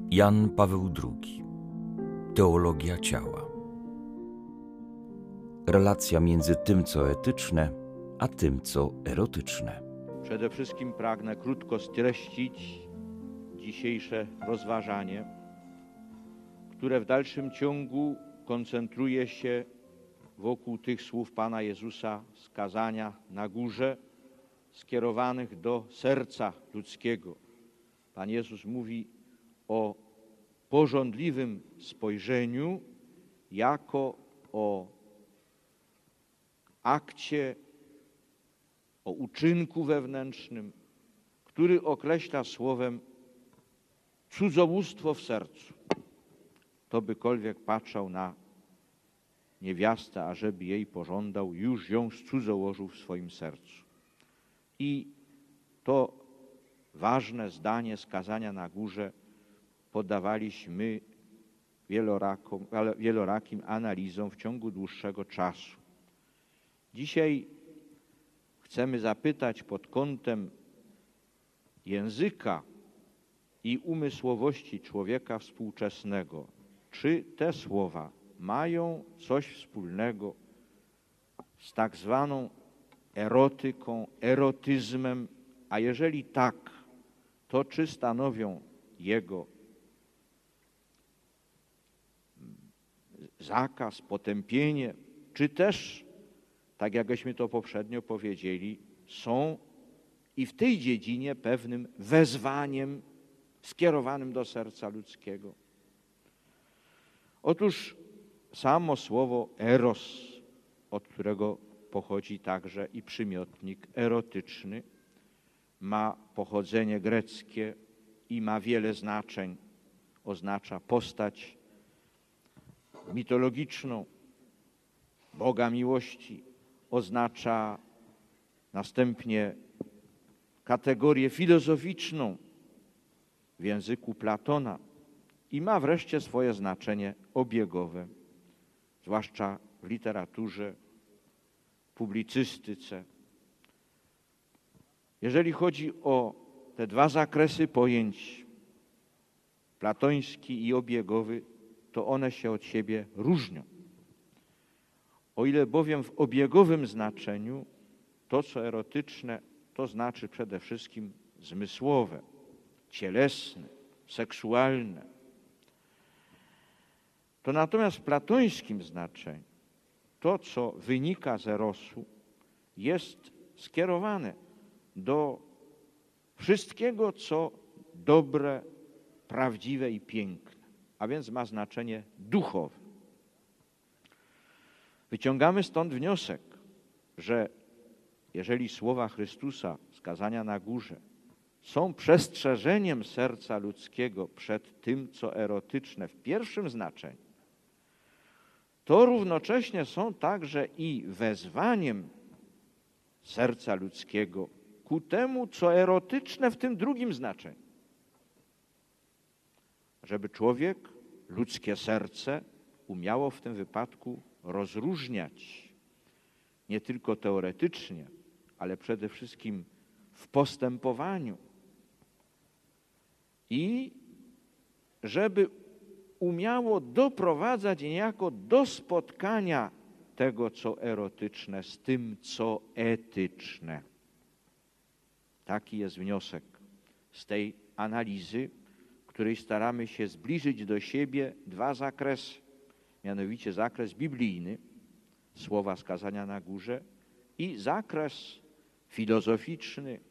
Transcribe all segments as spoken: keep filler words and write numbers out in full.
Jan Paweł drugi. Teologia ciała. Relacja między tym, co etyczne, a tym, co erotyczne. Przede wszystkim pragnę krótko streścić dzisiejsze rozważanie, które w dalszym ciągu koncentruje się wokół tych słów Pana Jezusa z kazania na górze, skierowanych do serca ludzkiego. Pan Jezus mówi o pożądliwym spojrzeniu jako o akcie, o uczynku wewnętrznym, który określa słowem cudzołóstwo w sercu. Kto bykolwiek patrzał na niewiastę, ażeby jej pożądał, już ją cudzołożył w swoim sercu. I to ważne zdanie z kazania na górze poddawaliśmy wielorakom, wielorakim analizom w ciągu dłuższego czasu. Dzisiaj chcemy zapytać pod kątem języka i umysłowości człowieka współczesnego, czy te słowa mają coś wspólnego z tak zwaną erotyką, erotyzmem, a jeżeli tak, to czy stanowią jego zakaz, potępienie, czy też, tak jakśmy to poprzednio powiedzieli, są i w tej dziedzinie pewnym wezwaniem skierowanym do serca ludzkiego. Otóż samo słowo eros, od którego pochodzi także i przymiotnik erotyczny, ma pochodzenie greckie i ma wiele znaczeń. Oznacza postać mitologiczną, Boga miłości, oznacza następnie kategorię filozoficzną w języku Platona i ma wreszcie swoje znaczenie obiegowe, zwłaszcza w literaturze, publicystyce. Jeżeli chodzi o te dwa zakresy pojęć, platoński i obiegowy, to one się od siebie różnią. O ile bowiem w obiegowym znaczeniu to, co erotyczne, to znaczy przede wszystkim zmysłowe, cielesne, seksualne. To natomiast w platońskim znaczeniu to, co wynika z erosu, jest skierowane do wszystkiego, co dobre, prawdziwe i piękne, a więc ma znaczenie duchowe. Wyciągamy stąd wniosek, że jeżeli słowa Chrystusa z kazania na górze są przestrzeżeniem serca ludzkiego przed tym, co erotyczne w pierwszym znaczeniu, to równocześnie są także i wezwaniem serca ludzkiego ku temu, co erotyczne w tym drugim znaczeniu. Żeby człowiek, ludzkie serce umiało w tym wypadku rozróżniać nie tylko teoretycznie, ale przede wszystkim w postępowaniu i żeby umiało doprowadzać niejako do spotkania tego, co erotyczne, z tym, co etyczne. Taki jest wniosek z tej analizy, w której staramy się zbliżyć do siebie dwa zakresy, mianowicie zakres biblijny, słowa z kazania na górze, i zakres filozoficzny,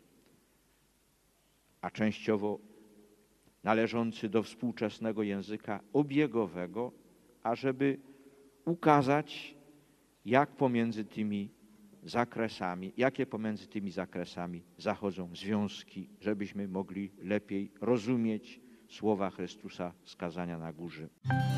a częściowo należący do współczesnego języka obiegowego, ażeby ukazać, jak pomiędzy tymi zakresami, jakie pomiędzy tymi zakresami zachodzą związki, żebyśmy mogli lepiej rozumieć słowa Chrystusa z kazania na górze.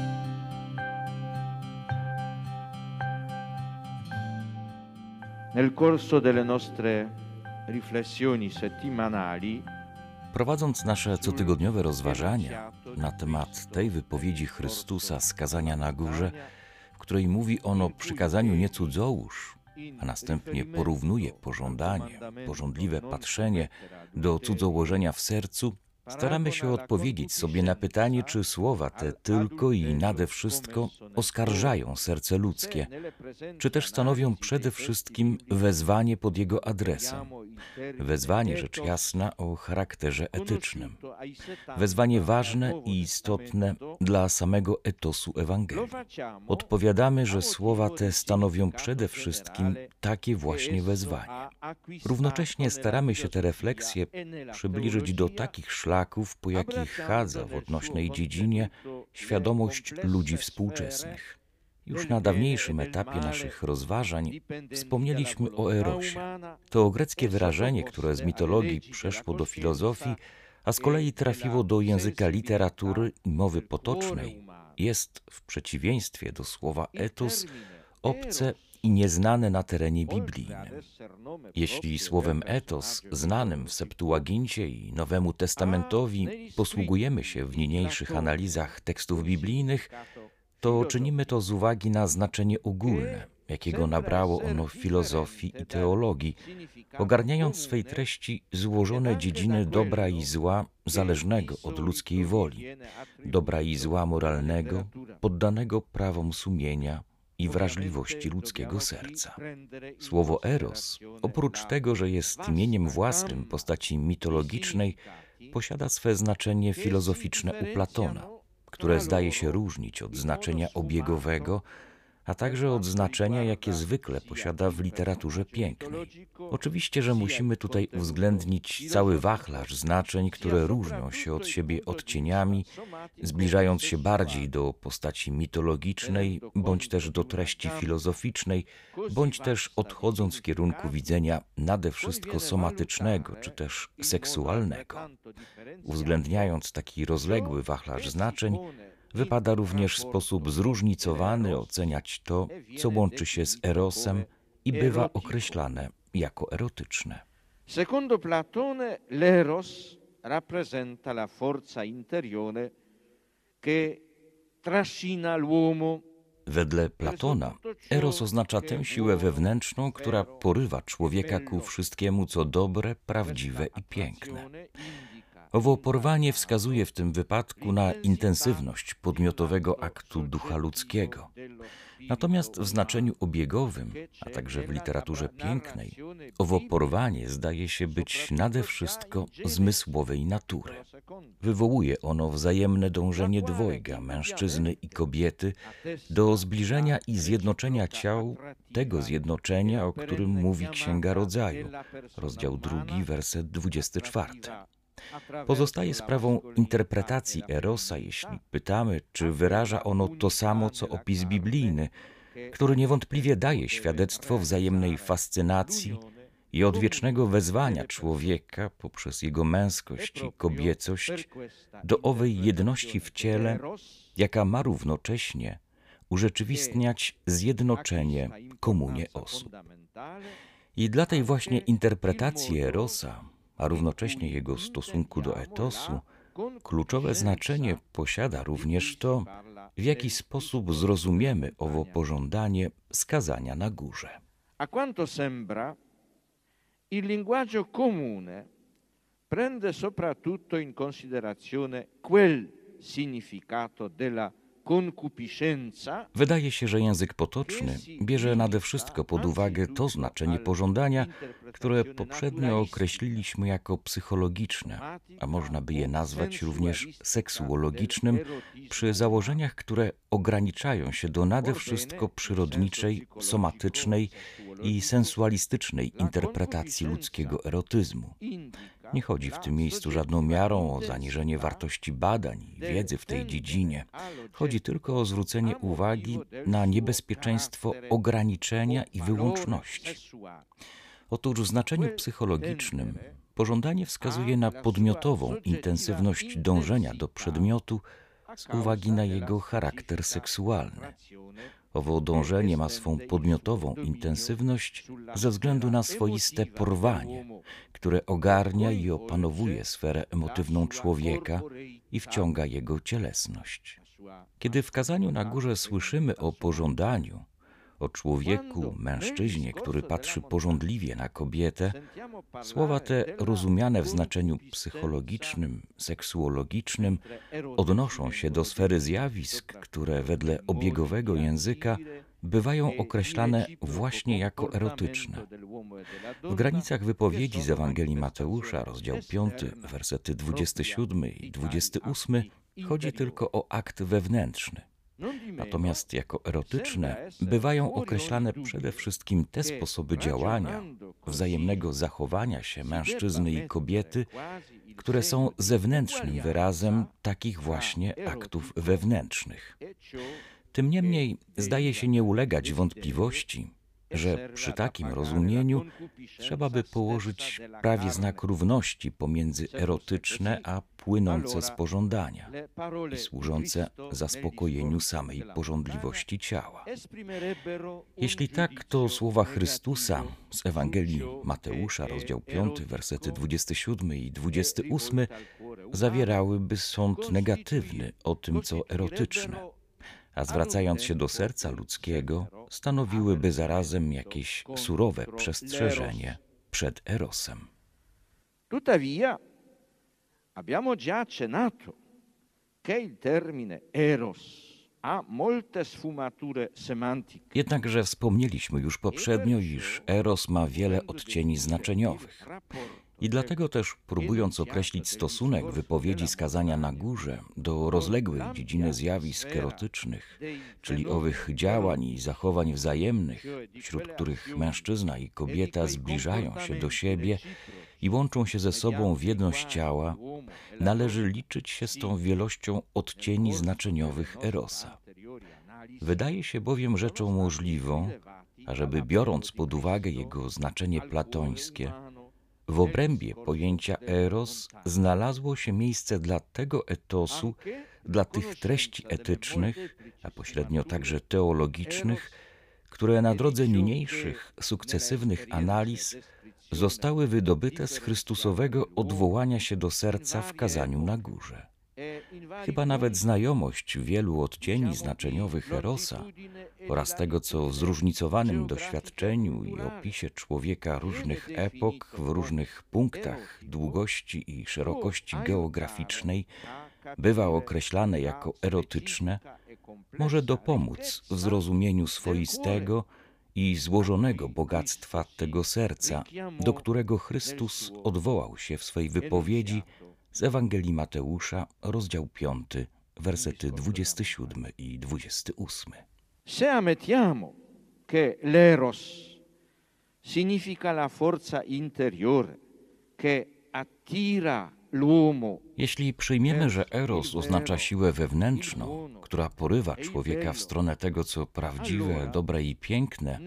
Nel corso delle nostre riflessioni settimanali, Prowadząc nasze cotygodniowe rozważania na temat tej wypowiedzi Chrystusa z kazania na górze, w której mówi on o przykazaniu nie cudzołóż, a następnie porównuje pożądanie, pożądliwe patrzenie do cudzołożenia w sercu, Staramy się odpowiedzieć sobie na pytanie, czy słowa te tylko i nade wszystko oskarżają serce ludzkie, czy też stanowią przede wszystkim wezwanie pod jego adresem. Wezwanie, rzecz jasna, o charakterze etycznym. Wezwanie ważne i istotne dla samego etosu Ewangelii. Odpowiadamy, że słowa te stanowią przede wszystkim takie właśnie wezwanie. Równocześnie staramy się te refleksje przybliżyć do takich szlaków, po jakich chadza w odnośnej dziedzinie świadomość ludzi współczesnych. Już na dawniejszym etapie naszych rozważań wspomnieliśmy o erosie. To greckie wyrażenie, które z mitologii przeszło do filozofii, a z kolei trafiło do języka literatury i mowy potocznej, jest w przeciwieństwie do słowa etos obce i nieznane na terenie biblijnym. Jeśli słowem etos, znanym w Septuagincie i Nowemu Testamentowi, posługujemy się w niniejszych analizach tekstów biblijnych, to czynimy to z uwagi na znaczenie ogólne, jakiego nabrało ono w filozofii i teologii, ogarniając w swej treści złożone dziedziny dobra i zła zależnego od ludzkiej woli, dobra i zła moralnego, poddanego prawom sumienia i wrażliwości ludzkiego serca. Słowo eros, oprócz tego, że jest imieniem własnym postaci mitologicznej, posiada swe znaczenie filozoficzne u Platona, które zdaje się różnić od znaczenia obiegowego, a także od znaczenia, jakie zwykle posiada w literaturze pięknej. Oczywiście, że musimy tutaj uwzględnić cały wachlarz znaczeń, które różnią się od siebie odcieniami, zbliżając się bardziej do postaci mitologicznej, bądź też do treści filozoficznej, bądź też odchodząc w kierunku widzenia nade wszystko somatycznego, czy też seksualnego. Uwzględniając taki rozległy wachlarz znaczeń, wypada również w sposób zróżnicowany oceniać to, co łączy się z erosem i bywa określane jako erotyczne. Secondo Platone, l'eros rappresenta la forza interiore che trascina l'uomo. Wedle Platona, eros oznacza tę siłę wewnętrzną, która porywa człowieka ku wszystkiemu, co dobre, prawdziwe i piękne. Owo porwanie wskazuje w tym wypadku na intensywność podmiotowego aktu ducha ludzkiego. Natomiast w znaczeniu obiegowym, a także w literaturze pięknej, owo porwanie zdaje się być nade wszystko zmysłowej natury. Wywołuje ono wzajemne dążenie dwojga, mężczyzny i kobiety, do zbliżenia i zjednoczenia ciał, tego zjednoczenia, o którym mówi Księga Rodzaju, rozdział drugi, werset dwudziesty czwarty. Pozostaje sprawą interpretacji erosa, jeśli pytamy, czy wyraża ono to samo, co opis biblijny, który niewątpliwie daje świadectwo wzajemnej fascynacji i odwiecznego wezwania człowieka poprzez jego męskość i kobiecość do owej jedności w ciele, jaka ma równocześnie urzeczywistniać zjednoczenie, komunię osób. I dla tej właśnie interpretacji erosa, a równocześnie jego stosunku do etosu, kluczowe znaczenie posiada również to, w jaki sposób zrozumiemy owo pożądanie skazania na górze. A quanto sembra, il linguaggio comune prende soprattutto in considerazione quel significato della concupiscenza. Wydaje się, że język potoczny bierze nade wszystko pod uwagę to znaczenie pożądania, które poprzednio określiliśmy jako psychologiczne, a można by je nazwać również seksuologicznym, przy założeniach, które ograniczają się do nade wszystko przyrodniczej, somatycznej i sensualistycznej interpretacji ludzkiego erotyzmu. Nie chodzi w tym miejscu żadną miarą o zaniżenie wartości badań i wiedzy w tej dziedzinie. Chodzi tylko o zwrócenie uwagi na niebezpieczeństwo ograniczenia i wyłączności. Otóż w znaczeniu psychologicznym pożądanie wskazuje na podmiotową intensywność dążenia do przedmiotu z uwagi na jego charakter seksualny. Owo dążenie ma swą podmiotową intensywność ze względu na swoiste porwanie, które ogarnia i opanowuje sferę emotywną człowieka i wciąga jego cielesność. Kiedy w kazaniu na górze słyszymy o pożądaniu, o człowieku, mężczyźnie, który patrzy pożądliwie na kobietę, słowa te, rozumiane w znaczeniu psychologicznym, seksuologicznym, odnoszą się do sfery zjawisk, które wedle obiegowego języka bywają określane właśnie jako erotyczne. W granicach wypowiedzi z Ewangelii Mateusza, rozdział piąty, wersety dwudziesty siódmy i dwudziesty ósmy, chodzi tylko o akt wewnętrzny. Natomiast jako erotyczne bywają określane przede wszystkim te sposoby działania, wzajemnego zachowania się mężczyzny i kobiety, które są zewnętrznym wyrazem takich właśnie aktów wewnętrznych. Tym niemniej zdaje się nie ulegać wątpliwości, że przy takim rozumieniu trzeba by położyć prawie znak równości pomiędzy erotyczne a płynące z pożądania i służące zaspokojeniu samej pożądliwości ciała. Jeśli tak, to słowa Chrystusa z Ewangelii Mateusza, rozdział piąty, wersety dwudziesty siódmy i dwudziesty ósmy, zawierałyby sąd negatywny o tym, co erotyczne, a zwracając się do serca ludzkiego, stanowiłyby zarazem jakieś surowe przestrzeżenie przed erosem. Tuttavia, abbiamo già accennato che il termine eros ha molte sfumature semantiche. Jednakże wspomnieliśmy już poprzednio, iż eros ma wiele odcieni znaczeniowych. I dlatego też, próbując określić stosunek wypowiedzi skazania na górze do rozległej dziedziny zjawisk erotycznych, czyli owych działań i zachowań wzajemnych, wśród których mężczyzna i kobieta zbliżają się do siebie i łączą się ze sobą w jedność ciała, należy liczyć się z tą wielością odcieni znaczeniowych erosa. Wydaje się bowiem rzeczą możliwą, ażeby biorąc pod uwagę jego znaczenie platońskie, w obrębie pojęcia eros znalazło się miejsce dla tego etosu, dla tych treści etycznych, a pośrednio także teologicznych, które na drodze niniejszych, sukcesywnych analiz zostały wydobyte z Chrystusowego odwołania się do serca w kazaniu na górze. Chyba nawet znajomość wielu odcieni znaczeniowych erosa oraz tego, co w zróżnicowanym doświadczeniu i opisie człowieka różnych epok, w różnych punktach długości i szerokości geograficznej bywa określane jako erotyczne, może dopomóc w zrozumieniu swoistego i złożonego bogactwa tego serca, do którego Chrystus odwołał się w swej wypowiedzi z Ewangelii Mateusza, rozdział piąty, wersety dwudziesty siódmy i dwudziesty ósmy. Se ammettiamo che l'eros significa la forza interiore che attira l'uomo. Jeśli przyjmiemy, że eros oznacza siłę wewnętrzną, która porywa człowieka w stronę tego, co prawdziwe, dobre i piękne,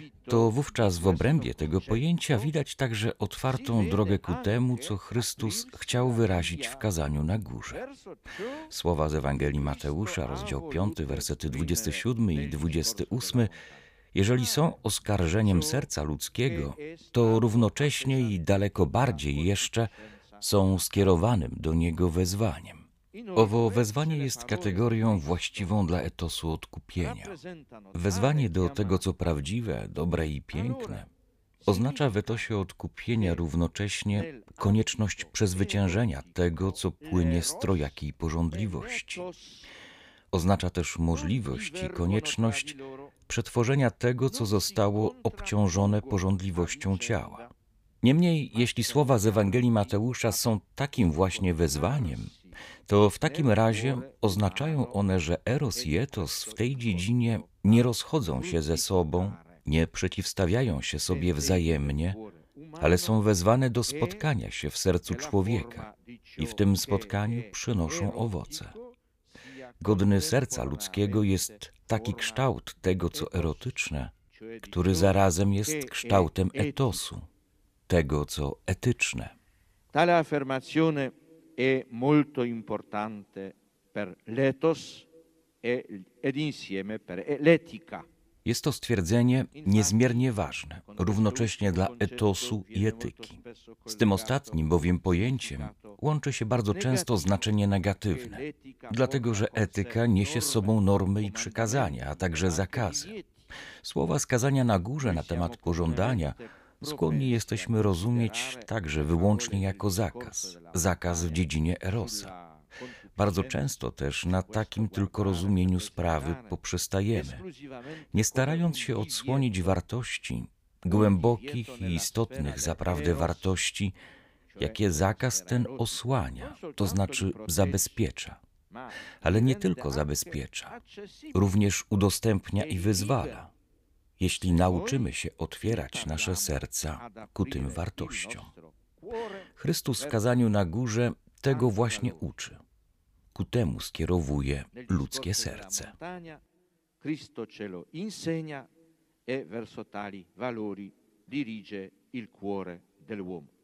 to wówczas w obrębie tego pojęcia widać także otwartą drogę ku temu, co Chrystus chciał wyrazić w kazaniu na górze. Słowa z Ewangelii Mateusza, rozdział piąty, wersety dwudziesty siódmy i dwudziesty ósmy, jeżeli są oskarżeniem serca ludzkiego, to równocześnie i daleko bardziej jeszcze są skierowanym do niego wezwaniem. Owo wezwanie jest kategorią właściwą dla etosu odkupienia. Wezwanie do tego, co prawdziwe, dobre i piękne, oznacza w etosie odkupienia równocześnie konieczność przezwyciężenia tego, co płynie z trojakiej pożądliwości. Oznacza też możliwość i konieczność przetworzenia tego, co zostało obciążone pożądliwością ciała. Niemniej, jeśli słowa z Ewangelii Mateusza są takim właśnie wezwaniem, to w takim razie oznaczają one, że eros i etos w tej dziedzinie nie rozchodzą się ze sobą, nie przeciwstawiają się sobie wzajemnie, ale są wezwane do spotkania się w sercu człowieka i w tym spotkaniu przynoszą owoce. Godny serca ludzkiego jest taki kształt tego, co erotyczne, który zarazem jest kształtem etosu, tego, co etyczne. Tale affermazione è molto importante per l'ethos e- ed insieme per l'etica. Jest to stwierdzenie niezmiernie ważne, równocześnie dla etosu i etyki. Z tym ostatnim bowiem pojęciem łączy się bardzo często znaczenie negatywne, dlatego że etyka niesie z sobą normy i przykazania, a także zakazy. Słowa skazania na górze na temat pożądania skłonni jesteśmy rozumieć także wyłącznie jako zakaz, zakaz w dziedzinie erosa. Bardzo często też na takim tylko rozumieniu sprawy poprzestajemy, nie starając się odsłonić wartości, głębokich i istotnych zaprawdę wartości, jakie zakaz ten osłania, to znaczy zabezpiecza. Ale nie tylko zabezpiecza, również udostępnia i wyzwala, jeśli nauczymy się otwierać nasze serca ku tym wartościom. Chrystus w kazaniu na górze tego właśnie uczy. Ku temu skierowuje ludzkie serce. Cristo ce lo insegna e verso tali valori dirige il cuore dell'uomo.